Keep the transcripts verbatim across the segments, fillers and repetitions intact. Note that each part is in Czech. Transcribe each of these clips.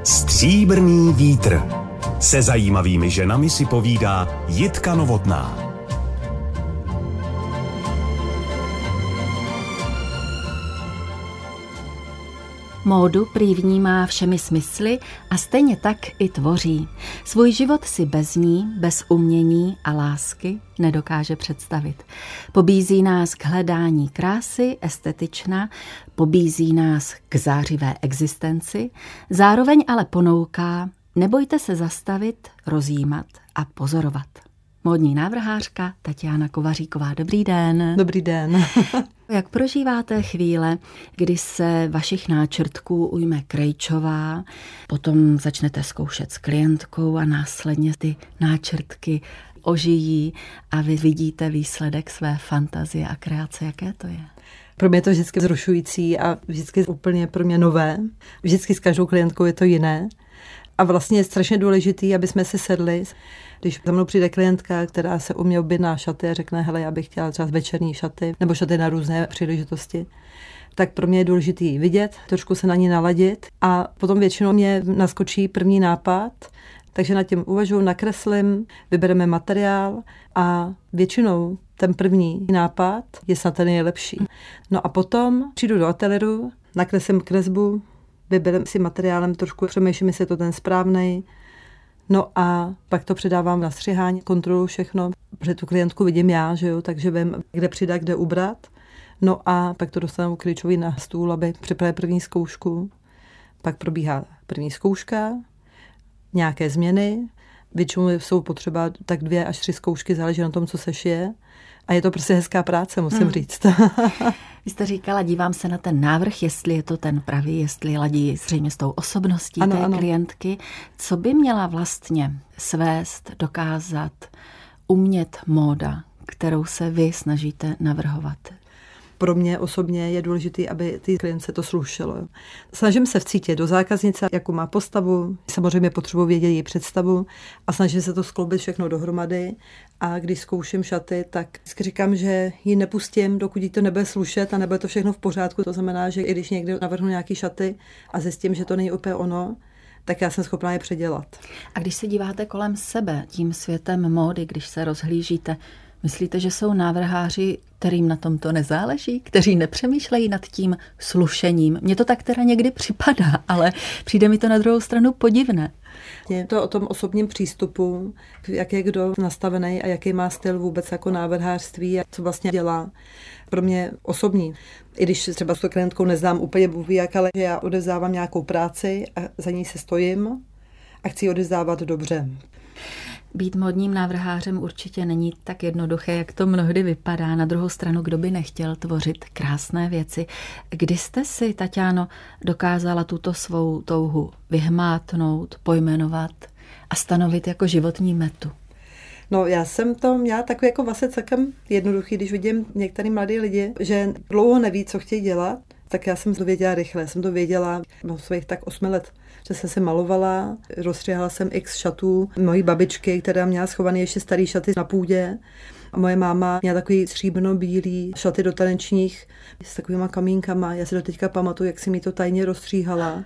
Stříbrný vítr. Se zajímavými ženami si povídá Jitka Novotná. Módu prý vnímá všemi smysly a stejně tak i tvoří. Svůj život si bez ní, bez umění a lásky nedokáže představit. Pobízí nás k hledání krásy, estetična, pobízí nás k zářivé existenci, zároveň ale ponouká, nebojte se zastavit, rozjímat a pozorovat. Módní návrhářka Tatiana Kovaříková. Dobrý den. Dobrý den. Jak prožíváte chvíle, kdy se vašich náčrtků ujme krejčová, potom začnete zkoušet s klientkou a následně ty náčrtky ožijí a vy vidíte výsledek své fantazie a kreace, jaké to je? Pro mě je to vždycky vzrušující a vždycky úplně pro mě nové. Vždycky s každou klientkou je to jiné. A vlastně je strašně důležitý, aby jsme si sedli. Když za mnou přijde klientka, která se u mě objedná šaty a řekne, hele, já bych chtěla třeba večerní šaty nebo šaty na různé příležitosti, tak pro mě je důležitý vidět, trošku se na ní naladit a potom většinou mě naskočí první nápad, takže nad tím uvažuji, nakreslím, vybereme materiál a většinou ten první nápad je snad ten nejlepší. No a potom přijdu do ateliéru, nakreslím kresbu, vybereme si materiálem, trošku přemýšlím, jestli je to ten správnej. No a pak to předávám na střihání, kontrolu všechno, protože tu klientku vidím já, že jo, takže vím, kde přidat, kde ubrat. No a pak to dostanu klíčový na stůl, aby připravil první zkoušku. Pak probíhá první zkouška, nějaké změny. Většinou jsou potřeba tak dvě až tři zkoušky, záleží na tom, co se šije. A je to prostě hezká práce, musím hmm. říct. Vy jste říkala, dívám se na ten návrh, jestli je to ten pravý, jestli ladí zřejmě s tou osobností ano, té ano. klientky. Co by měla vlastně svést, dokázat, umět móda, kterou se vy snažíte navrhovat? Pro mě osobně je důležité, aby ty klientce to slušelo. Snažím se vcítit do zákaznice, jakou má postavu, samozřejmě potřebuji vědět její představu a snažím se to skloubit všechno dohromady. A když zkouším šaty, tak vždycky říkám, že ji nepustím, dokud jí to nebude slušet a nebude to všechno v pořádku. To znamená, že i když někdy navrhnu nějaký šaty a zjistím, že to není úplně ono, tak já jsem schopná je předělat. A když se díváte kolem sebe tím světem módy, když se rozhlížíte, myslíte, že jsou návrháři, kterým na tomto nezáleží, kteří nepřemýšlejí nad tím slušením? Mně to tak teda někdy připadá, ale přijde mi to na druhou stranu podivné. Je to o tom osobním přístupu, jak je kdo nastavený a jaký má styl vůbec jako návrhářství a co vlastně dělá. Pro mě osobní. I když třeba s tou klientkou neznám úplně bůh ví jak, ale já odevzdávám nějakou práci a za ní se stojím a chci ji odevzdávat dobře. Být módním návrhářem určitě není tak jednoduché, jak to mnohdy vypadá. Na druhou stranu, kdo by nechtěl tvořit krásné věci. Kdy jste si, Tatiano, dokázala tuto svou touhu vyhmátnout, pojmenovat a stanovit jako životní metu? No já jsem to měla takový jako vlastně celkem jednoduchý, když vidím některý mladý lidi, že dlouho neví, co chtějí dělat, tak já jsem to věděla rychle. Já jsem to věděla no svých tak osmi let, že jsem se malovala, rozstřihala jsem x šatů mojí babičky, která měla schovaný ještě starý šaty na půdě. A moje máma měla takový stříbrno-bílý šaty do tanečních s takovýma kamínkama. Já si do teďka pamatuju, jak jsem jí to tajně rozstříhala.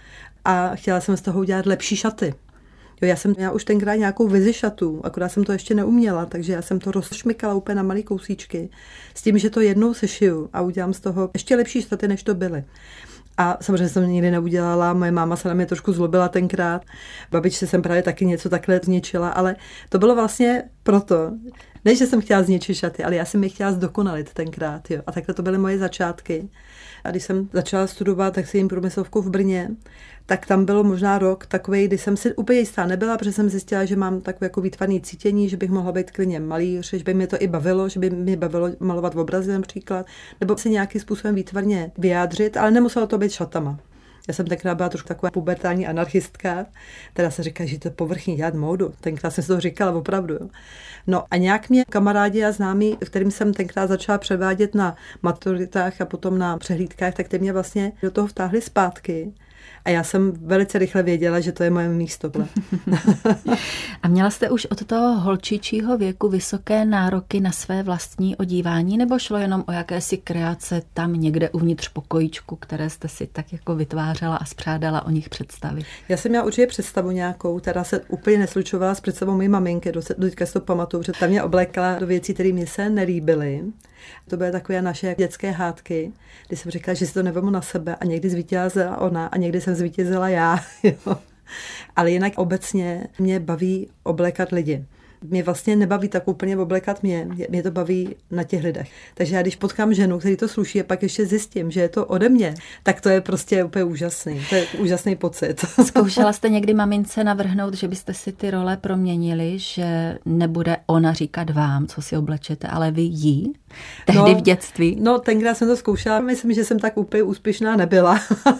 A chtěla jsem z toho udělat lepší šaty. Jo, já jsem měla už tenkrát nějakou vizi šatů, akorát jsem to ještě neuměla, takže já jsem to rozšmykala úplně na malý kousíčky s tím, že to jednou sešiju a udělám z toho ještě lepší šaty, než to byly. A samozřejmě jsem to nikdy neudělala, moje máma se na mě trošku zlobila tenkrát, babičce jsem právě taky něco takhle zničila, ale to bylo vlastně proto, ne, že jsem chtěla zničit šaty, ale já jsem je chtěla zdokonalit tenkrát, jo. A takhle to byly moje začátky. A když jsem začala studovat textilní průmyslovku v Brně, tak tam bylo možná rok takový, kdy jsem si úplně jistá nebyla, protože jsem zjistila, že mám takové jako výtvarné cítění, že bych mohla být klidně malíř, že by mě to i bavilo, že by mě bavilo malovat obrazy například, nebo se nějakým způsobem výtvarně vyjádřit, ale nemuselo to být šatama. Já jsem tenkrát byla trošku taková pubertální anarchistka, která se říká, že to je povrchní dělat módu. Tenkrát jsem si to říkala opravdu. Jo. No a nějak mě kamarádi a známí, kterým jsem tenkrát začala předvádět na maturitách a potom na přehlídkách, tak ty mě vlastně do toho vtáhli zpátky. A já jsem velice rychle věděla, že to je moje místo. A měla jste už od toho holčičího věku vysoké nároky na své vlastní odívání, nebo šlo jenom o jakési kreace tam někde uvnitř pokojíčku, které jste si tak jako vytvářela a spřádala o nich představy? Já jsem měla určitě představu nějakou, která se úplně neslučovala s představou mojí maminky. Do teďka si to pamatuju, že tam mě oblékala do věcí, které mi se nelíbily. To byly takové naše dětské hádky, kdy jsem říkala, že si to nevemu na sebe a někdy zvítězila ona a někdy jsem zvítězila já. Jo. Ale jinak obecně mě baví oblékat lidi. Mě vlastně nebaví tak úplně oblékat mě, mě to baví na těch lidech. Takže já když potkám ženu, který to sluší a pak ještě zjistím, že je to ode mě, tak to je prostě úplně úžasný. To je úžasný pocit. Zkoušela jste někdy mamince navrhnout, že byste si ty role proměnili, že nebude ona říkat vám, co si oblečete, ale vy jí? Tehdy no, v dětství? No, tenkrát jsem to zkoušela. Myslím, že jsem tak úplně úspěšná nebyla.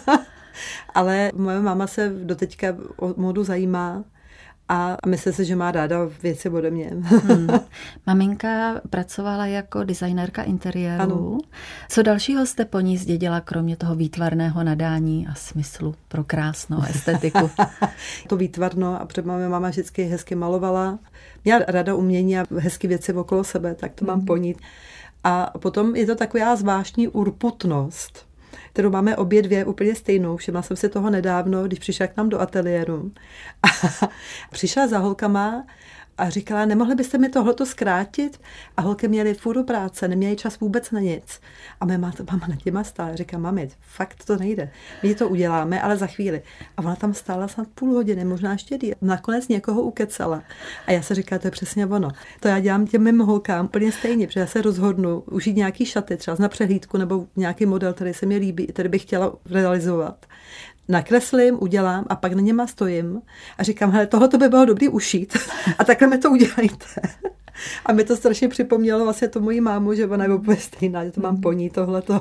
Ale moje máma se doteďka o módu zajímá. A myslím si, že má ráda věci ode mě. Hmm. Maminka pracovala jako designérka interiéru. Ano. Co dalšího jste po ní zdědila, kromě toho výtvarného nadání a smyslu pro krásnou estetiku? To výtvarno, a protože moje máma vždycky hezky malovala. Měla ráda umění a hezky věci okolo sebe, tak to hmm. mám po ní. A potom je to taková zvláštní urputnost, kterou máme obě dvě úplně stejnou. Všimla jsem si toho nedávno, když přišla k nám do ateliéru. A přišla za holkama a říkala, nemohli byste mi tohleto zkrátit? A holky měly fůru práce, neměly čas vůbec na nic. A moje máma nad těma stála. Říká, mami, fakt to nejde. My to uděláme, ale za chvíli. A ona tam stála snad půl hodiny, možná ještě díl. Nakonec někoho ukecala. A já se říká, to je přesně ono. To já dělám těm mým holkám úplně stejně, protože já se rozhodnu užít nějaký šaty, třeba na přehlídku nebo nějaký model, který se mi líbí, který bych chtěla realizovat. Nakreslím, udělám a pak na něma stojím a říkám, hele, tohoto by bylo dobrý ušít a takhle mi to udělejte. A mi to strašně připomnělo vlastně to mojí mámu, že ona je úplně stejná, že to mám po ní tohleto.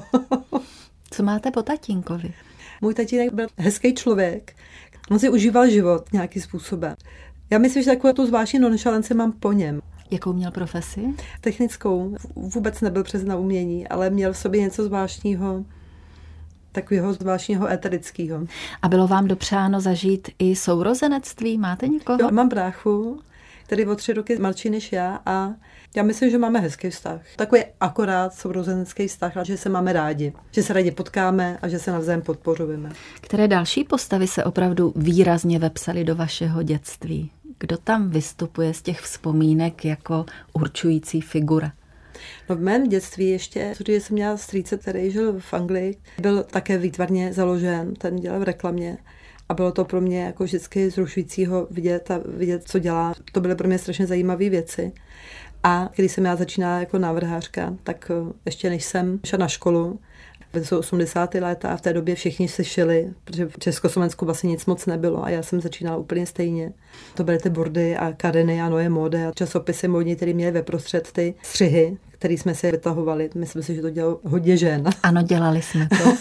Co máte po tatínkovi? Můj tatínek byl hezký člověk, on si užíval život nějakým způsobem. Já myslím, že takovou tu zvláštní nonchalanci mám po něm. Jakou měl profesi? Technickou. Vůbec nebyl přes na umění, ale měl v sobě něco zvláštního, takového zvláštního eterického. A bylo vám dopřáno zažít i sourozenectví? Máte někoho? Jo, mám bráchu, který o tři roky mladší než já a já myslím, že máme hezký vztah. Takový akorát sourozenecký vztah, že se máme rádi. Že se rádi potkáme a že se navzájem podporujeme. Které další postavy se opravdu výrazně vepsaly do vašeho dětství? Kdo tam vystupuje z těch vzpomínek jako určující figura? No v mém dětství ještě, protože jsem měla strýce, který žil v Anglii, byl také výtvarně založen, ten dělal v reklamě. A bylo to pro mě jako vždycky zrušujícího vidět a vidět, co dělá. To byly pro mě strašně zajímavé věci. A když jsem já začínala jako návrhářka, tak ještě než jsem šla na školu, to jsou osmdesátá léta a v té době všichni se šili, protože v Československu vlastně nic moc nebylo a já jsem začínala úplně stejně. To byly ty bordy a kadeny a Neue Mode a časopisy módní, které měly ve prostřed ty střihy, které jsme si vytahovali. Myslím si, že to dělalo hodně žen. Ano, dělali jsme to.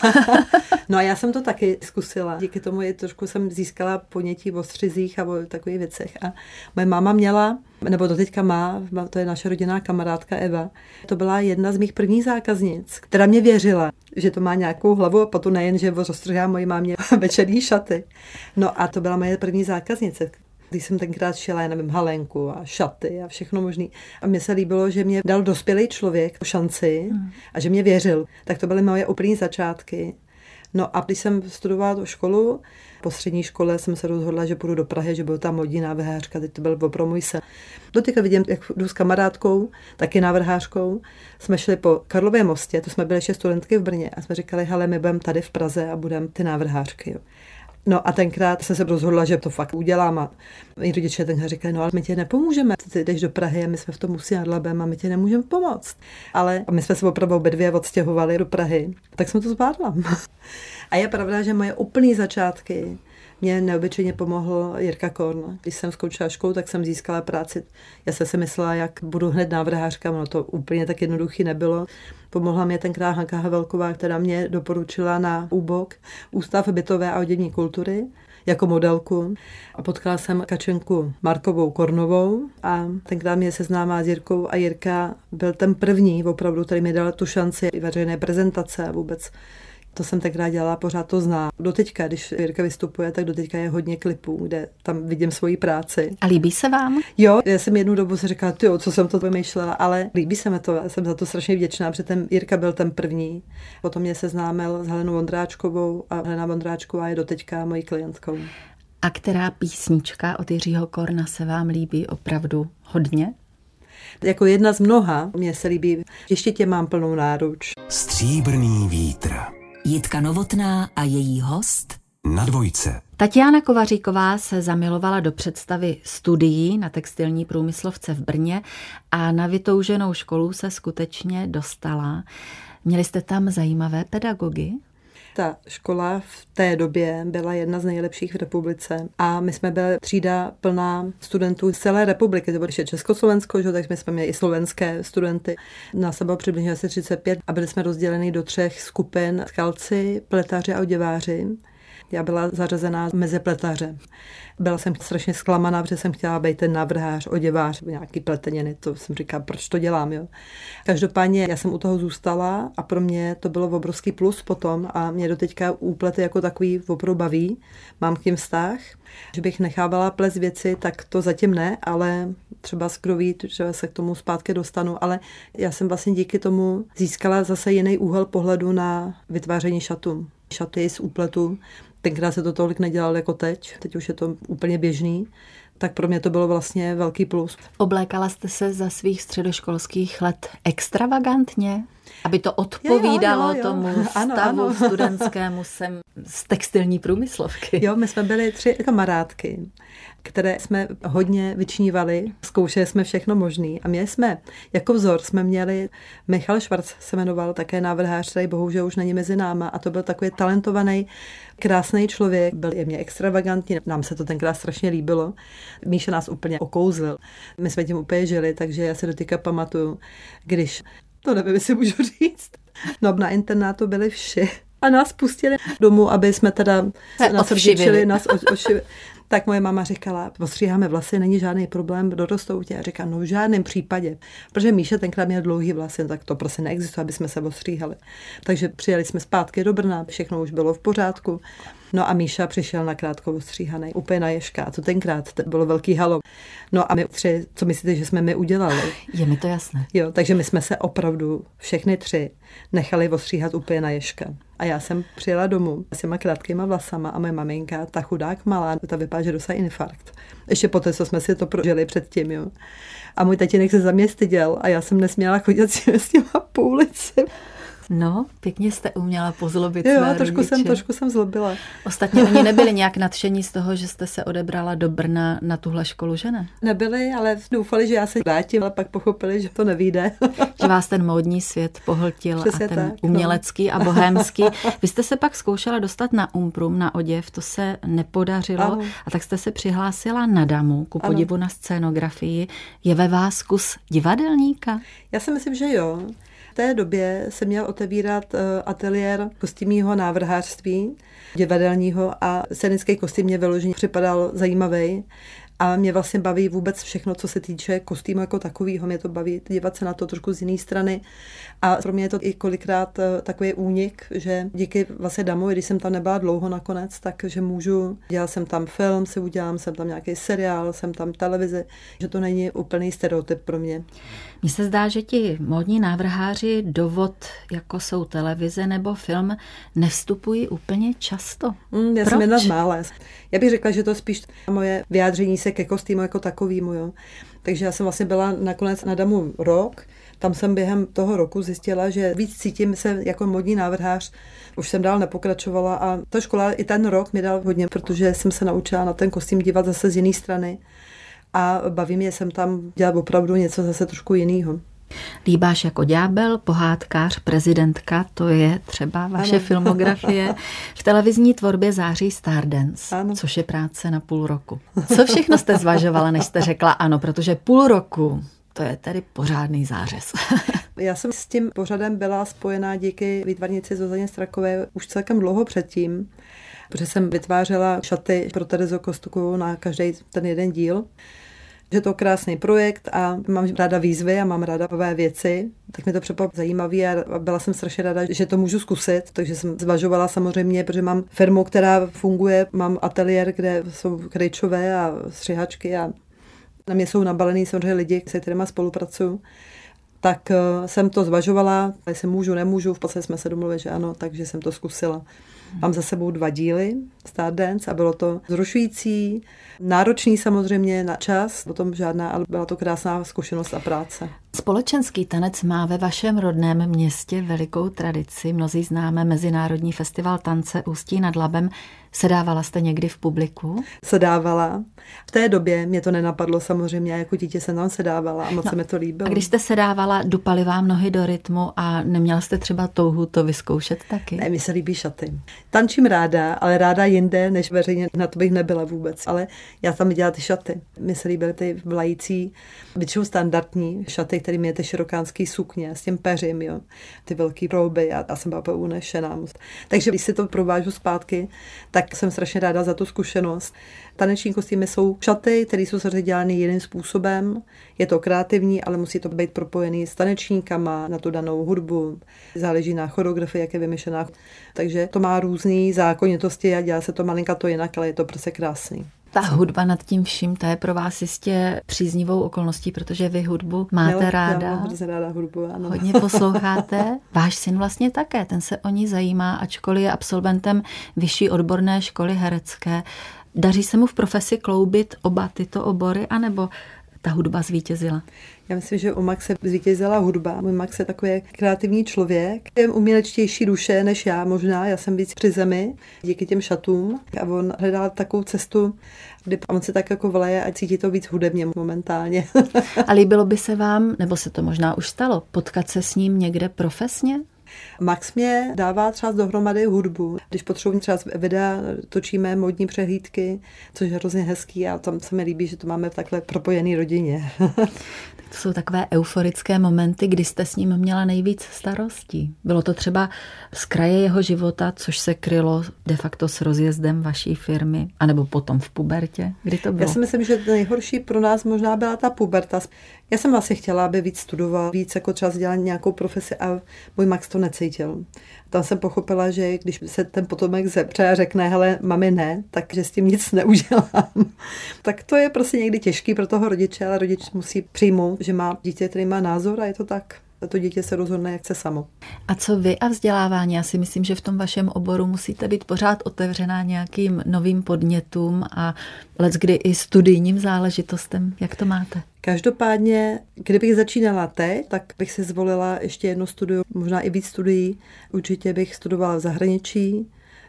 No a já jsem to taky zkusila. Díky tomu je trošku jsem získala ponětí o střizích a o takových věcech. A moje máma měla, nebo doteďka má, to je naše rodinná kamarádka Eva, to byla jedna z mých prvních zákaznic, která mě věřila, že to má nějakou hlavu a potom nejen, že roztrhá mojí mámě večerní šaty. No a to byla moje první zákaznice. Když jsem tenkrát šila, já nevím, halenku a šaty a všechno možný. A mně se líbilo, že mě dal dospělý člověk šanci hmm. a že mě věřil. Tak to byly moje úplný začátky. No a když jsem studovala tu školu, po střední škole jsem se rozhodla, že půjdu do Prahy, že byl tam modní návrhářka, teď to byl opravdu můj sen. Doteďka vidím, jak jdu s kamarádkou, taky návrhářkou, jsme šli po Karlově mostě, to jsme byli ještě studentky v Brně a jsme říkali, hele, my budeme tady v Praze a budeme ty návrhářky. Jo. No a tenkrát jsem se rozhodla, že to fakt udělám a mý rodiče tenkrát říkali, no ale my tě nepomůžeme, ty jdeš do Prahy a my jsme v tom musí nad Labem a my tě nemůžeme pomoct. Ale my jsme se opravdu obě dvě odstěhovali do Prahy, tak jsem to zvládla. A je pravda, že moje úplný začátky mě neobyčejně pomohl Jirka Korn. Když jsem skončila školu, tak jsem získala práci. Já jsem si myslela, jak budu hned návrhářka, no to úplně tak jednoduchý nebylo. Pomohla mě tenkrát Hanka Havelková, která mě doporučila na ÚBOK, Ústav bytové a oděvní kultury, jako modelku. A potkala jsem Kačenku Markovou Kornovou a tenkrát mě seznámila s Jirkou a Jirka byl ten první, opravdu, který mi dal tu šanci i veřejné prezentace a vůbec To jsem tenkrát dělala, pořád to znám. Doteďka, když Jirka vystupuje, tak doteďka je hodně klipů, kde tam vidím svoji práci. A líbí se vám? Jo, já jsem jednu dobu si říkala, tyjo, co jsem to vymýšlela, ale líbí se mi to, já jsem za to strašně vděčná, protože ten Jirka byl ten první. Potom mě seznámil s Helenou Vondráčkovou a Helena Vondráčková je doteďka mojí klientkou. A která písnička od Jiřího Korna se vám líbí opravdu hodně? Jako jedna z mnoha mě se líbí Ještě tě mám plnou náruč. Stříbrný vítr. Jitka Novotná a její host Na dvojce. Tatiana Kovaříková se zamilovala do představy studií na textilní průmyslovce v Brně a na vytouženou školu se skutečně dostala. Měli jste tam zajímavé pedagogy? Ta škola v té době byla jedna z nejlepších v republice a my jsme byli třída plná studentů z celé republiky, to bylo ještě Československo, že? Takže my jsme měli i slovenské studenty. Nás bylo přibližně asi třicet pět a byli jsme rozděleni do třech skupin: tkalci, pletaři a oděváři. Já byla zařazená mezi pletaře. Byla jsem strašně zklamaná, protože jsem chtěla být ten návrhář, oděvář, nějaký pleteniny, to jsem říkala, proč to dělám, jo. Každopádně já jsem u toho zůstala a pro mě to bylo obrovský plus potom a mě doteďka úplety jako takový opravdu baví. Mám k tím vztah, že bych nechávala ples věci, tak to zatím ne, ale třeba kdo ví, že se k tomu zpátky dostanu, ale já jsem vlastně díky tomu získala zase jiný úhel pohledu na vytváření šatů. Šaty z úpletu. Tenkrát se to tolik nedělalo jako teď, teď už je to úplně běžný, tak pro mě to bylo vlastně velký plus. Oblékala jste se za svých středoškolských let extravagantně, aby to odpovídalo jo, jo, jo. tomu Ano, stavu ano. studentskému sem z textilní průmyslovky? Jo, my jsme byli tři kamarádky, které jsme hodně vyčnívali, zkoušeli jsme všechno možný a měli jsme, jako vzor jsme měli, Michal Švarc se jmenoval, také návrhář, který bohužel už není mezi náma a to byl takový talentovaný, krásný člověk, byl jemně extravagantní, nám se to tenkrát strašně líbilo. Míša nás úplně okouzlil, my jsme tím úplně žili, takže já se doteďka pamatuju, když, to nevím, jestli můžu říct, no na internátu byli vši a nás pustili domů, aby jsme teda nás odživili, nás odživili. Tak moje máma říkala, ostříháme vlasy, není žádný problém, dorostou tě. A říká, no v žádném případě. Protože Míša tenkrát měl dlouhý vlasy, tak to prostě neexistuje, aby jsme se ostříhali. Takže přijeli jsme zpátky do Brna, všechno už bylo v pořádku. No a Míša přišel na krátko ostříhaný, úplně na ježka. A to tenkrát to bylo velký halo. No a my tři, co myslíte, že jsme my udělali? Je mi to jasné. Jo, takže my jsme se opravdu všechny tři nechali ostříhat úplně na ježka. A já jsem přijela domů s těma krátkýma vlasama a moje maminka, ta chudák malá, ta vypadá, že dostala infarkt. Ještě poté, co jsme si to prožili předtím, jo. A můj tatínek se za mě styděl a já jsem nesměla chodit s těma po ulici. No, pěkně jste uměla pozlobit jo, své trošku rodiče. jsem, trošku jsem zlobila. Ostatně oni nebyli nějak nadšení z toho, že jste se odebrala do Brna na tuhle školu, že ne? Nebyli, ale doufali, že já se vrátím, ale pak pochopili, že to nevyjde. Že vás ten módní svět pohltil. Přesně a ten tak, umělecký no. a bohémský. Vy jste se pak zkoušela dostat na Umprum, na oděv, to se nepodařilo. Ano. A tak jste se přihlásila na Damu, ku Ano. podivu na scénografii. Je ve vás kus divadelníka? Já si myslím, že jo. V té době jsem měl otevírat ateliér kostýmního návrhářství, divadelního a scénický kostým mě vyloženě připadal zajímavý. A mě vlastně baví vůbec všechno, co se týče kostýmu jako takovýho. Mě to baví dívat se na to trošku z jiné strany. A pro mě je to i kolikrát takový únik, že díky vlastně Damu, když jsem tam nebyla dlouho nakonec, takže můžu, dělal jsem tam film, si udělám, jsem tam nějaký seriál, jsem tam televizi, že to není úplný stereotyp pro mě. Mně se zdá, že ti módní návrháři do vod, jako jsou televize nebo film, nevstupují úplně často. Mm, já Proč? jsem jedna z mála. Já bych řekla, že to spíš moje vyjádření se ke kostýmu jako takovýmu. Jo. Takže já jsem vlastně byla nakonec na Damu rok. Tam jsem během toho roku zjistila, že víc cítím se jako modní návrhář. Už jsem dál nepokračovala a ta škola i ten rok mi dal hodně, protože jsem se naučila na ten kostým dívat zase z jiné strany. A baví mě, jsem tam dělat opravdu něco zase trošku jiného. Líbáš jako ďábel, pohádkář, prezidentka, to je třeba vaše ano. filmografie. V televizní tvorbě září Stardance, ano. což je práce na půl roku. Co všechno jste zvažovala, než jste řekla ano, protože půl roku, to je tedy pořádný zářez. Já jsem s tím pořadem byla spojená díky výtvarnici Zuzaně Strakové už celkem dlouho předtím, protože jsem vytvářela šaty pro Terezu Kostukovou na každý ten jeden díl. že to je krásný projekt a mám ráda výzvy a mám ráda nové věci, tak mi to připadlo zajímavé a byla jsem strašně ráda, že to můžu zkusit, takže jsem zvažovala samozřejmě, protože mám firmu, která funguje, mám ateliér, kde jsou krejčové a střihačky a na mě jsou nabalený samozřejmě lidi, se kterými spolupracuju. Tak jsem to zvažovala, jestli můžu, nemůžu, v podstatě jsme se domluvili, že ano, takže jsem to zkusila. Mám za sebou dva díly Stardance a bylo to zrušující, náročný samozřejmě na čas, potom žádná, ale byla to krásná zkušenost a práce. Společenský tanec má ve vašem rodném městě velikou tradici. Mnozí známe Mezinárodní festival tance Ústí nad Labem. Sedávala jste někdy v publiku? Sedávala. V té době mě to nenapadlo samozřejmě, jako dítě jsem tam sedávala a moc no, se mi to líbilo. A když jste sedávala, dupaly vám nohy do rytmu a neměla jste třeba touhu to vyzkoušet taky? Ne, mi se líbí šaty. Tančím ráda, ale ráda jinde, než veřejně, na to bych nebyla vůbec. Ale já tam viděla ty šaty. Mi se líbily ty vlající, většinou standardní šaty, které měly ty širokánský sukně s tím peřím, jo. Ty velký prouby a já jsem byla unešená. Takže když si to provážu zpátky, tak jsem strašně ráda za tu zkušenost. Taneční kostýmy jsou šaty, které jsou samozřejmě dělány jiným způsobem. Je to kreativní, ale musí to být propojený s tanečníkama na tu danou hudbu. Záleží na choreografii, jak je vymyšlená. Takže to má různé zákonitosti a dělá se to malinka to jinak, ale je to prostě krásný. Ta hudba nad tím vším, to je pro vás jistě příznivou okolností, protože vy hudbu máte Měla, ráda. Já mám hrozně ráda hudbu, ano. Hodně posloucháte. Váš syn vlastně také, ten se o ní zajímá, ačkoliv je absolventem vyšší odborné školy herecké. Daří se mu v profesi kloubit oba tyto obory, anebo ta hudba zvítězila? Já myslím, že u Maxe zvítězila hudba. Můj Max je takový kreativní člověk. Je umělečtější duše než já možná. Já jsem víc při zemi díky těm šatům. A on hledal takovou cestu, kdy on se tak jako vleje a cítí to víc hudebně momentálně. A líbilo by se vám, nebo se to možná už stalo, potkat se s ním někde profesně? Max mě dává třeba dohromady hudbu. Když potřebuji třeba videa, točíme módní přehlídky, což je hrozně hezký a tam se mi líbí, že to máme v takhle propojený rodině. To jsou takové euforické momenty, kdy jste s ním měla nejvíc starostí. Bylo to třeba z kraje jeho života, což se krylo de facto s rozjezdem vaší firmy, anebo potom v pubertě? Kdy to bylo? Já si myslím, že nejhorší pro nás možná byla ta puberta. Já jsem vlastně chtěla, aby víc studoval, víc jako třeba dělat nějakou profesi a můj Max to necítil. Tam jsem pochopila, že když se ten potomek zepře a řekne, hele, mami ne, takže s tím nic neudělám. Tak to je prostě někdy těžký pro toho rodiče, ale rodič musí přijmout, že má dítě, který má názor a je to tak. A to dítě se rozhodne, jak chce samo. A co vy a vzdělávání? Já si myslím, že v tom vašem oboru musíte být pořád otevřená nějakým novým podnětům a leckdy i studijním záležitostem. Jak to máte? Každopádně, kdybych začínala teď, tak bych si zvolila ještě jedno studium, možná i víc studií. Určitě bych studovala v zahraničí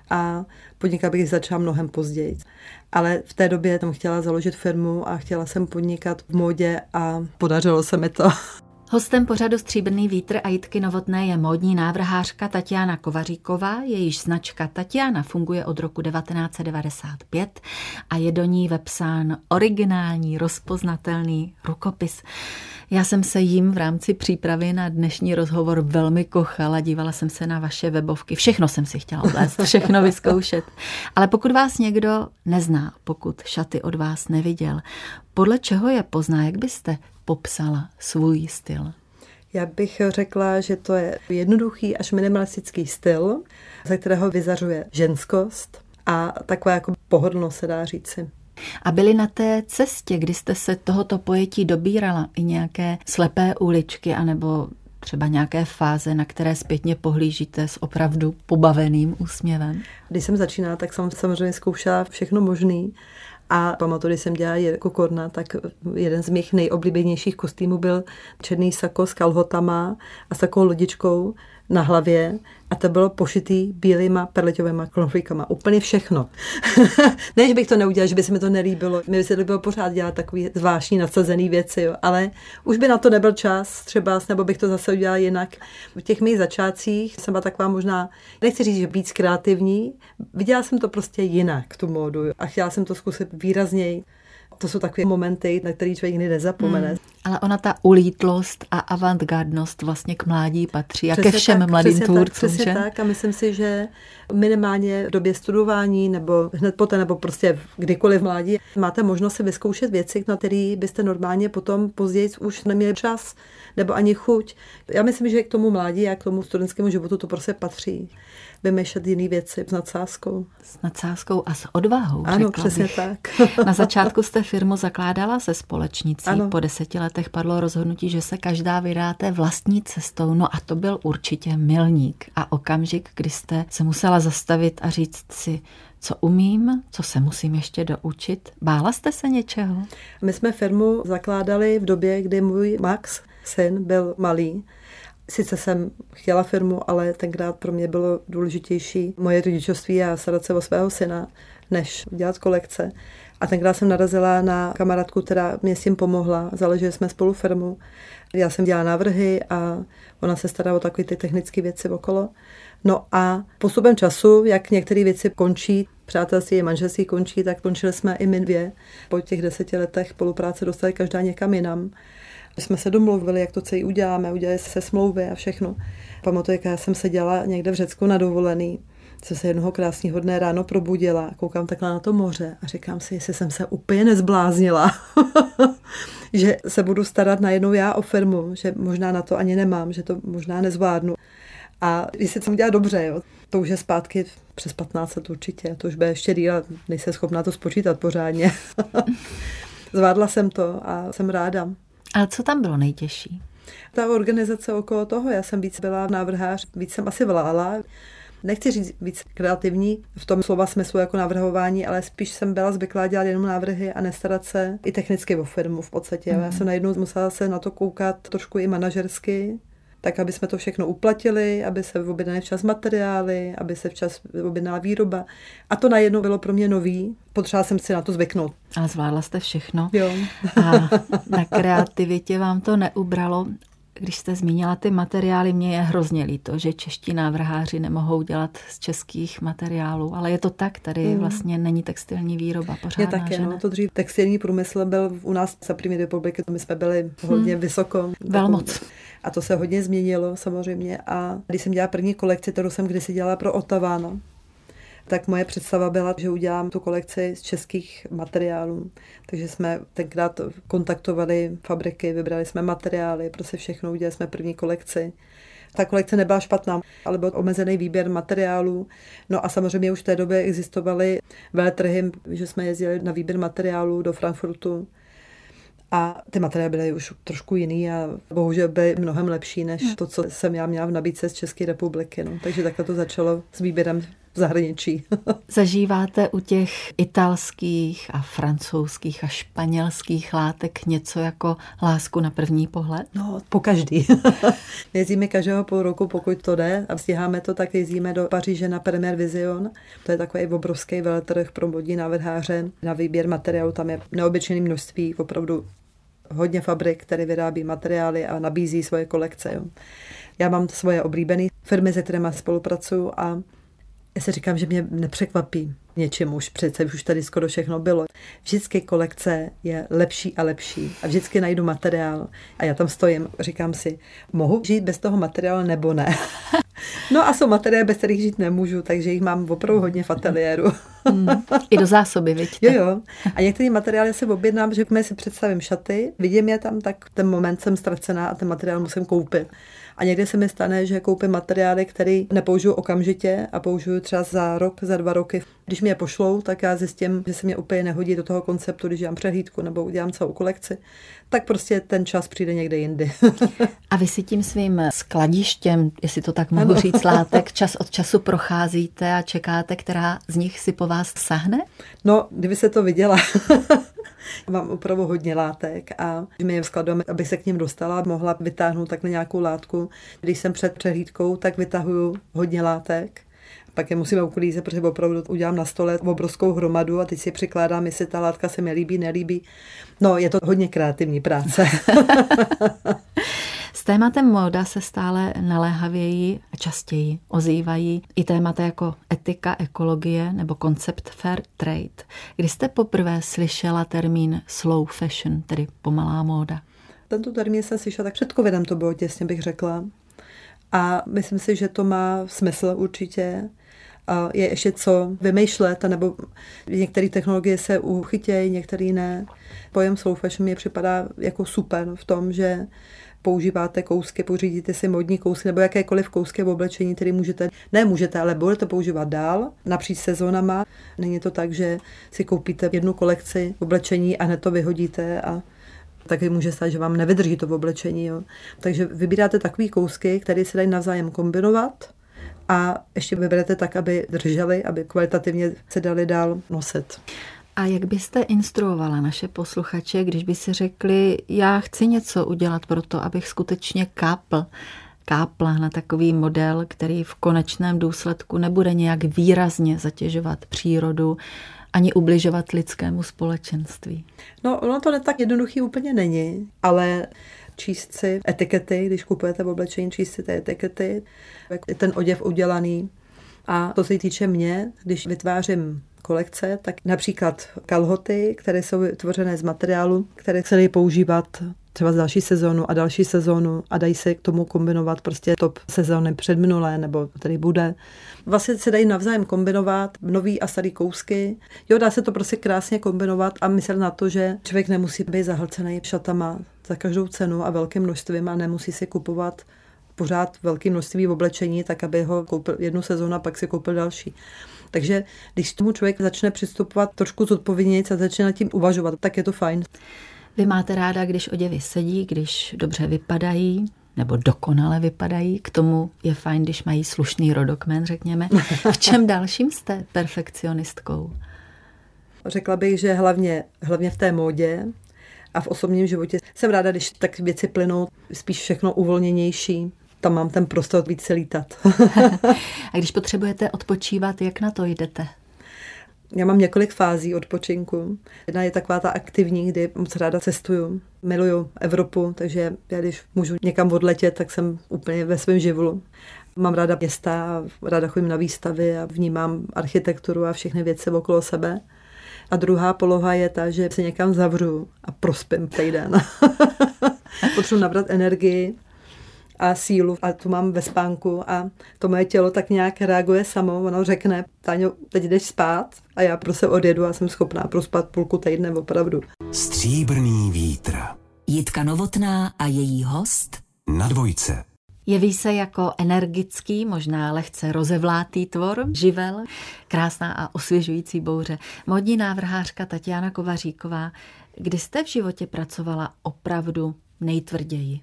a podnikat bych začala mnohem později. Ale v té době jsem chtěla založit firmu a chtěla jsem podnikat v módě a podařilo se mi to. Hostem pořadu Stříbrný vítr a Jitky Novotné je módní návrhářka Tatiana Kovaříková, jejíž značka Tatiana funguje od roku devatenáct set devadesát pět a je do ní vepsán originální, rozpoznatelný rukopis. Já jsem se jim v rámci přípravy na dnešní rozhovor velmi kochala, dívala jsem se na vaše webovky, všechno jsem si chtěla oblézt, všechno vyzkoušet. Ale pokud vás někdo nezná, pokud šaty od vás neviděl, podle čeho je pozná, jak byste popsala svůj styl? Já bych řekla, že to je jednoduchý až minimalistický styl, ze kterého vyzařuje ženskost a taková jako pohodlnost, se dá říci. A byly na té cestě, kdy jste se tohoto pojetí dobírala, i nějaké slepé uličky, anebo třeba nějaké fáze, na které zpětně pohlížíte s opravdu pobaveným úsměvem? Když jsem začínala, tak jsem samozřejmě zkoušela všechno možný. A pamatuju, když jsem dělala jako korna, tak jeden z mých nejoblíbenějších kostýmů byl černý sako s kalhotama a s takovou lodičkou na hlavě a to bylo pošitý bílýma perleťovýma knoflíkama. Úplně všechno. Ne, že bych to neudělala, že by se mi to nelíbilo. Mi by se líbilo pořád dělat takové zvláštní nadsazené věci, jo. Ale už by na to nebyl čas třeba, nebo bych to zase udělala jinak. V těch mých začátcích jsem byla taková možná, nechci říct, že víc kreativní, viděla jsem to prostě jinak, tu módu, jo. A chtěla jsem to zkusit výrazněji. To jsou takové momenty, na který člověk nikdy nezapomene. Hmm. Ale ona ta ulítlost a avantgardnost vlastně k mládí patří a přesně ke všem tak, mladým přesně tvůrcům. Tak, přesně že? tak a myslím si, že minimálně v době studování nebo hned poté, nebo prostě kdykoliv v mládí máte možnost si vyzkoušet věci, na které byste normálně potom později už neměli čas nebo ani chuť. Já myslím, že k tomu mládí a k tomu studentskému životu to prostě patří. Vymýšlet jiné věci s nadsázkou. S nadsázkou a s odvahou. Ano, přesně bych. Tak. Na začátku jste firmu zakládala se společnicí. Ano. Po deseti letech padlo rozhodnutí, že se každá vydáte vlastní cestou. No a to byl určitě milník a okamžik, kdy jste se musela zastavit a říct si, co umím, co se musím ještě doučit. Bála jste se něčeho? My jsme firmu zakládali v době, kdy můj Max, syn, byl malý. Sice jsem chtěla firmu, ale tenkrát pro mě bylo důležitější moje rodičovství a starat se o svého syna, než dělat kolekce. A tenkrát jsem narazila na kamarádku, která mě s tím pomohla. Založili jsme spolu firmu. Já jsem dělala návrhy a ona se starala o takové ty technické věci okolo. No a postupem času, jak některé věci končí, přátelství i manželství končí, tak končili jsme i my dvě. Po těch deseti letech spolupráce dostali každá někam jinam. Jsme se domluvili, jak to celý uděláme, udělali se smlouvy a všechno. Pamatuju, jak já jsem seděla někde v Řecku na dovolený, jsem se jednoho krásného dne ráno probudila, koukám takhle na to moře a říkám si, jestli jsem se úplně nezbláznila, že se budu starat najednou já o firmu, že možná na to ani nemám, že to možná nezvládnu. A jestli jsem udělala dobře, jo. To už je zpátky přes patnáct let určitě, to už bude ještě díl, nejsem schopná to spočítat pořádně. Zvládla jsem to a jsem ráda. Ale co tam bylo nejtěžší? Ta organizace okolo toho, já jsem víc byla návrhář, víc jsem asi vlála. Nechci říct víc kreativní v tom slova smyslu jako navrhování, ale spíš jsem byla zvyklá dělat jenom návrhy a nestarat se i technicky o firmu v podstatě. Mm. Já jsem najednou musela se na to koukat trošku i manažersky, tak aby jsme to všechno uplatili, aby se objednaly včas materiály, aby se včas objednala výroba. A to najednou bylo pro mě nový. Potřebovala jsem si na to zvyknout. Ale zvládla jste všechno. Jo. A na kreativitě vám to neubralo. Když jste zmínila ty materiály, mě je hrozně líto, že čeští návrháři nemohou dělat z českých materiálů, ale je to tak, tady mm. vlastně není textilní výroba pořádná. Je také, no, to dřív textilní průmysl byl u nás za první republiky, my jsme byli hodně mm. vysoko. Velmoc. A to se hodně změnilo samozřejmě a když jsem dělala první kolekci, kterou jsem kdysi dělala pro Ottawa, tak moje představa byla, že udělám tu kolekci z českých materiálů. Takže jsme tenkrát kontaktovali fabriky, vybrali jsme materiály, prostě všechno, udělali jsme první kolekci. Ta kolekce nebyla špatná, ale byl omezený výběr materiálů. No a samozřejmě už v té době existovaly veletrhy, že jsme jezdili na výběr materiálů do Frankfurtu. A ty materiály byly už trošku jiný a bohužel byly mnohem lepší, než to, co jsem já měla v nabídce z České republiky. No. Takže takhle to začalo s výběrem v zahraničí. Zažíváte u těch italských a francouzských a španělských látek něco jako lásku na první pohled? No, po každý. Jezdíme každého půl roku, pokud to jde a stíháme to, tak jezdíme do Paříže na Premier Vision. To je takový obrovský veletrh pro modní návrháře. Na výběr materiálu tam je neobyčejné množství, opravdu hodně fabrik, které vyrábí materiály a nabízí svoje kolekce. Jo. Já mám svoje oblíbené firmy, se kterými spolupracuju a já si říkám, že mě nepřekvapí něčemu, už přece už tady skoro všechno bylo. Vždycky kolekce je lepší a lepší a vždycky najdu materiál a já tam stojím, říkám si, mohu žít bez toho materiálu nebo ne? No a jsou materiály, bez kterých žít nemůžu, takže jich mám opravdu hodně v ateliéru. Mm, I do zásoby, vidíte? Jo, jo. A některé materiály si objednám, že když si představím šaty, vidím je tam, tak ten moment jsem ztracená a ten materiál musím koupit. A někdy se mi stane, že koupím materiály, které nepoužiju okamžitě a použiju třeba za rok, za dva roky. Když mi je pošlou, tak já zjistím, že se mě úplně nehodí do toho konceptu, když dělám přehlídku nebo udělám celou kolekci. Tak prostě ten čas přijde někde jindy. A vy si tím svým skladištěm, jestli to tak mohu ano. říct, látek, čas od času procházíte a čekáte, která z nich si po vás sahne? No, kdyby se to viděla. Mám opravdu hodně látek a my je skladujeme, abych se k ním dostala, mohla vytáhnout takhle nějakou látku. Když jsem před přehlídkou, tak vytahuju hodně látek. Pak je musíme uklízet, protože opravdu udělám na stole obrovskou hromadu a teď si přikládám, jestli ta látka se mi líbí, nelíbí. No, je to hodně kreativní práce. Jste tématem móda se stále naléhavěji a častěji ozývají i témata jako etika, ekologie nebo koncept fair trade. Kdy jste poprvé slyšela termín slow fashion, tedy pomalá móda? Tento termín jsem slyšela tak před covidem, to bylo těsně, bych řekla. A myslím si, že to má smysl určitě. A je ještě co vymýšlet, nebo některé technologie se uchytějí, některé ne. Pojem slow fashion mi připadá jako super v tom, že používáte kousky, pořídíte si modní kousky nebo jakékoliv kousky v oblečení, které můžete, ne můžete, ale budete používat dál napříč sezónama. Není to tak, že si koupíte jednu kolekci oblečení a hned to vyhodíte a taky může stát, že vám nevydrží to v oblečení. Jo. Takže vybíráte takové kousky, které se dají navzájem kombinovat a ještě vyberete tak, aby držely, aby kvalitativně se dali dál nosit. A jak byste instruovala naše posluchače, když by si řekli, já chci něco udělat pro to, abych skutečně kápl, kápla na takový model, který v konečném důsledku nebude nějak výrazně zatěžovat přírodu, ani ubližovat lidskému společenství? No, ono to ne tak jednoduchý úplně není, ale číst si etikety, když kupujete v oblečení, číst si ty etikety, jak je ten oděv udělaný. A to se týče mě, když vytvářím kolekce, tak například kalhoty, které jsou vytvořené z materiálu, které se dají používat třeba z další sezónu a další sezónu a dají se k tomu kombinovat prostě top sezóny předminulé, nebo tady bude. Vlastně se dají navzájem kombinovat nový a starý kousky. Jo, dá se to prostě krásně kombinovat a myslet na to, že člověk nemusí být zahlcený šatama za každou cenu a velkým množstvím a nemusí si kupovat pořád velké množství v oblečení, tak aby ho koupil jednu sezónu a pak si koupil další. Takže když tomu člověk začne přistupovat trošku zodpovědněji a začne nad tím uvažovat, tak je to fajn. Vy máte ráda, když oděvy sedí, když dobře vypadají, nebo dokonale vypadají. K tomu je fajn, když mají slušný rodokmen, řekněme. V čem dalším jste perfekcionistkou? Řekla bych, že hlavně, hlavně v té módě a v osobním životě. Jsem ráda, když tak věci plynou, spíš všechno uvolněnější. Tam mám ten prostor víc se lítat. A když potřebujete odpočívat, jak na to jdete? Já mám několik fází odpočinku. Jedna je taková ta aktivní, kdy moc ráda cestuju. Miluju Evropu, takže já když můžu někam odletět, tak jsem úplně ve svém živlu. Mám ráda města, ráda chodím na výstavy a vnímám architekturu a všechny věci okolo sebe. A druhá poloha je ta, že se někam zavřu a prospím týden. Potřebuji nabrat energii a sílu a tu mám ve spánku a to moje tělo tak nějak reaguje samo. Ono řekne, Táňo, teď jdeš spát a já prostě odjedu a jsem schopná prospat půlku týdne opravdu. Stříbrný vítr. Jitka Novotná a její host Na dvojce. Jeví se jako energický, možná lehce rozevlátý tvor, živel, krásná a osvěžující bouře. Módní návrhářka Tatiana Kovaříková, kdy jste v životě pracovala opravdu nejtvrději?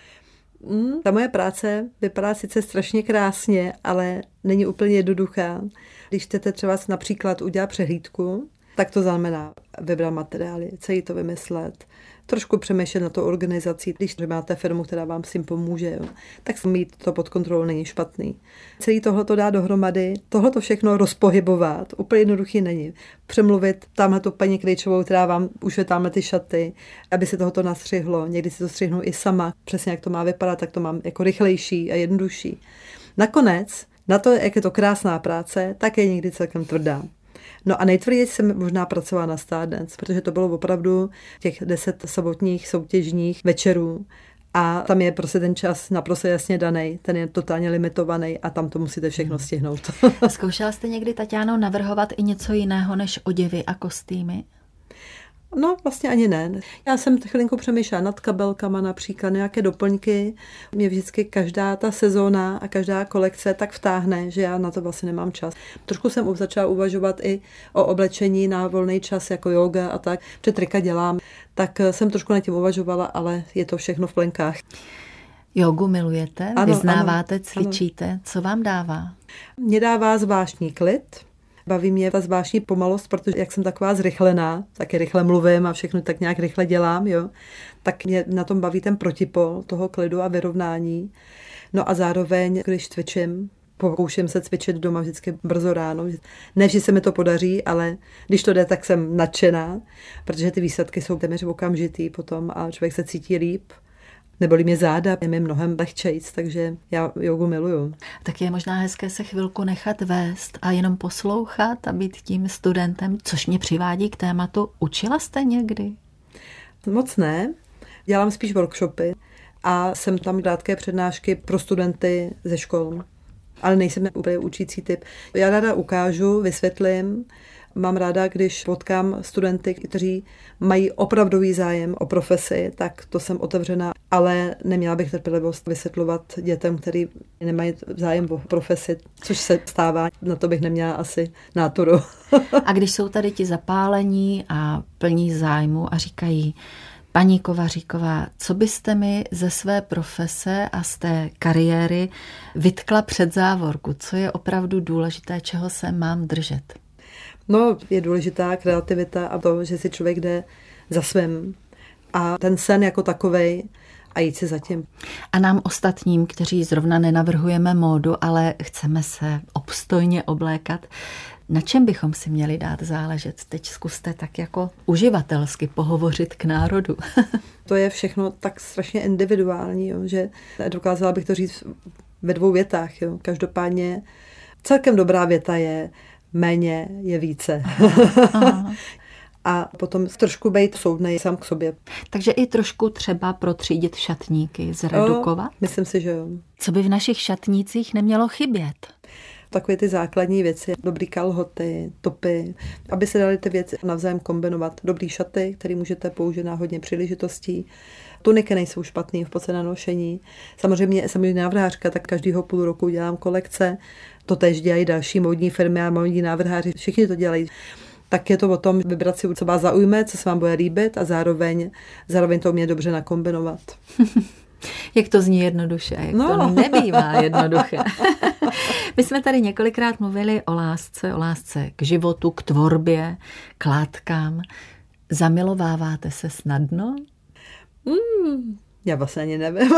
Mm, ta moje práce vypadá sice strašně krásně, ale není úplně jednoduchá. Když chcete třeba například udělat přehlídku, tak to znamená vybrat materiály, celý to vymyslet, trošku přemýšlet na to organizací. Když máte firmu, která vám s tím pomůže, jo, tak mít to pod kontrolou není špatný. Celý tohle to dá dohromady, tohle to všechno rozpohybovat, úplně jednoduchý není. Přemluvit tamhle tu paní Krejčovou, která vám ušve tamhle ty šaty, aby se tohoto nastřihlo. Někdy si to střihnu i sama, přesně jak to má vypadat, tak to mám jako rychlejší a jednodušší. Nakonec, na to, jak je to krásná práce, tak je někdy celkem tvrdá. No a nejtvrději jsem možná pracovala na Stardance, protože to bylo opravdu těch deset sobotních soutěžních večerů a tam je prostě ten čas naprosto jasně daný, ten je totálně limitovaný a tam to musíte všechno stihnout. Zkoušela jste někdy, Tatiano, navrhovat i něco jiného než oděvy a kostýmy? No, vlastně ani ne. Já jsem chvilinku přemýšlela nad kabelkama například, nějaké doplňky. Mě vždycky každá ta sezóna a každá kolekce tak vtáhne, že já na to vlastně nemám čas. Trošku jsem začala uvažovat i o oblečení na volný čas, jako yoga a tak. Protože trika dělám, tak jsem trošku nad tím uvažovala, ale je to všechno v plenkách. Jogu milujete, ano, vyznáváte, ano, cvičíte. Ano. Co vám dává? Mě dává zvláštní klid. Baví mě ta zvláštní pomalost, protože jak jsem taková zrychlená, taky rychle mluvím a všechno tak nějak rychle dělám, jo, tak mě na tom baví ten protipol toho klidu a vyrovnání. No a zároveň, když cvičím, pokouším se cvičit doma vždycky brzo ráno. Ne, že se mi to podaří, ale když to jde, tak jsem nadšená, protože ty výsledky jsou téměř okamžitý potom a člověk se cítí líp. Nebolí mě záda, je mi mnohem lehčejc, takže já jogu miluju. Tak je možná hezké se chvilku nechat vést a jenom poslouchat a být tím studentem, což mě přivádí k tématu. Učila jste někdy? Moc ne. Dělám spíš workshopy a jsem tam krátké přednášky pro studenty ze škol. Ale nejsem úplně učící typ. Já ráda ukážu, vysvětlím. Mám ráda, když potkám studenty, kteří mají opravdový zájem o profesi, tak to jsem otevřená, ale neměla bych trpělivost vysvětlovat dětem, kteří nemají zájem o profesi, což se stává, na to bych neměla asi náturu. A když jsou tady ti zapálení a plní zájmu a říkají: paní Kovaříková, co byste mi ze své profese a z té kariéry vytkla před závorku? Co je opravdu důležité, čeho se mám držet? No, je důležitá kreativita a to, že si člověk jde za svým. A ten sen jako takovej a jít si za tím. A nám ostatním, kteří zrovna nenavrhujeme módu, ale chceme se obstojně oblékat, na čem bychom si měli dát záležet? Teď zkuste tak jako uživatelsky pohovořit k národu. To je všechno tak strašně individuální, jo, že dokázala bych to říct ve dvou větách. Jo. Každopádně celkem dobrá věta je: méně je více. Aha. A potom trošku být soudnej sám k sobě. Takže i trošku třeba protřídit šatníky, zredukovat? O, myslím si, že jo. Co by v našich šatnících nemělo chybět? Takové ty základní věci, dobrý kalhoty, topy, aby se daly ty věci navzájem kombinovat. Dobrý šaty, které můžete použít na hodně příležitostí. Tuniky nejsou špatný v podstatě na nošení. Samozřejmě jsem návrhářka, tak každýho půl roku dělám kolekce. To též dělají další módní firmy a módní návrháři. Všichni to dělají. Tak je to o tom vybrat si, co vás zaujme, co se vám bude líbit a zároveň, zároveň to umět dobře nakombinovat. Jak to zní jednoduše, jak no. to nebývá jednoduché. My jsme tady několikrát mluvili o lásce, o lásce k životu, k tvorbě, k látkám. Zamilováváte se snadno? Hmm, já vlastně ani nevím.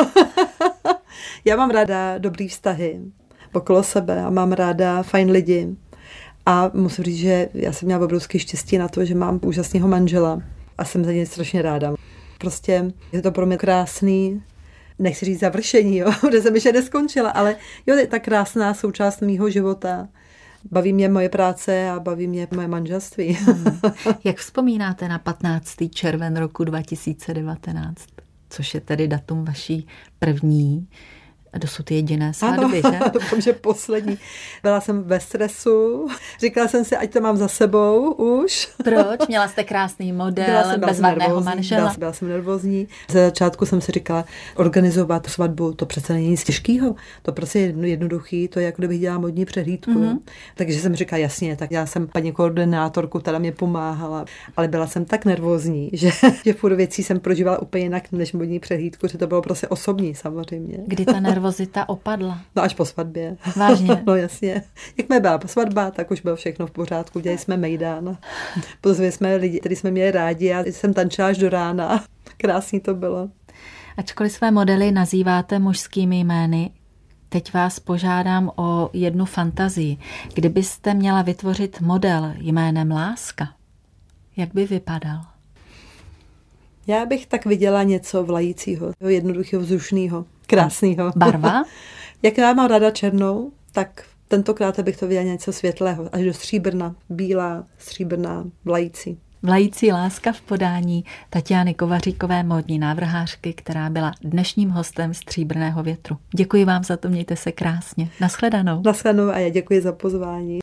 Já mám ráda dobrý vztahy okolo sebe a mám ráda fajn lidi. A musím říct, že já jsem měla obrovské štěstí na to, že mám úžasného manžela a jsem za něj strašně ráda. Prostě je to pro mě krásný, nechci říct završení, jo, protože jsem ještě neskončila, ale jo, je ta krásná součást mýho života. Baví mě moje práce a baví mě moje manželství. Hmm. Jak vzpomínáte na patnáctého června roku dva tisíce devatenáct, což je tedy datum vaší první a dosud jediné svatby, že? Doufám, že poslední. Byla jsem ve stresu, říkala jsem si, ať to mám za sebou už. Proč? Měla jste krásný model, byla jsem, byla bezvadného nervózní, manžela. Byla, byla jsem nervózní. Ze začátku jsem si říkala, organizovat svatbu, to přece není nic těžkého. To prostě je jednoduchý, to je jako kdybych dělala modní přehlídku. Mm-hmm. Takže jsem říkala, jasně, tak já jsem paní koordinátorku, která mě pomáhala, ale byla jsem tak nervózní, že, že půl věcí jsem prožívala úplně jinak než modní přehlídku, že to bylo prostě osobní samozřejmě. Kdy ta nervozita opadla? No až po svatbě. Vážně? No jasně. Jakmile byla svatba, tak už bylo všechno v pořádku. Dělali jsme mejdán. Pozvali jsme lidi, kteří jsme měli rádi a jsem tančila až do rána. Krásný to bylo. Ačkoliv své modely nazýváte mužskými jmény, teď vás požádám o jednu fantazii. Kdybyste měla vytvořit model jménem Láska, jak by vypadal? Já bych tak viděla něco vlajícího, jednoduchého, vzdušného, krásného. Barva? Jak já mám ráda černou, tak tentokrát bych to viděla něco světlého, až do stříbrna, bílá, stříbrná, vlající. Vlající láska v podání Tatiany Kovaříkové, módní návrhářky, která byla dnešním hostem Stříbrného větru. Děkuji vám za to, mějte se krásně. Naschledanou. Naschledanou a já děkuji za pozvání.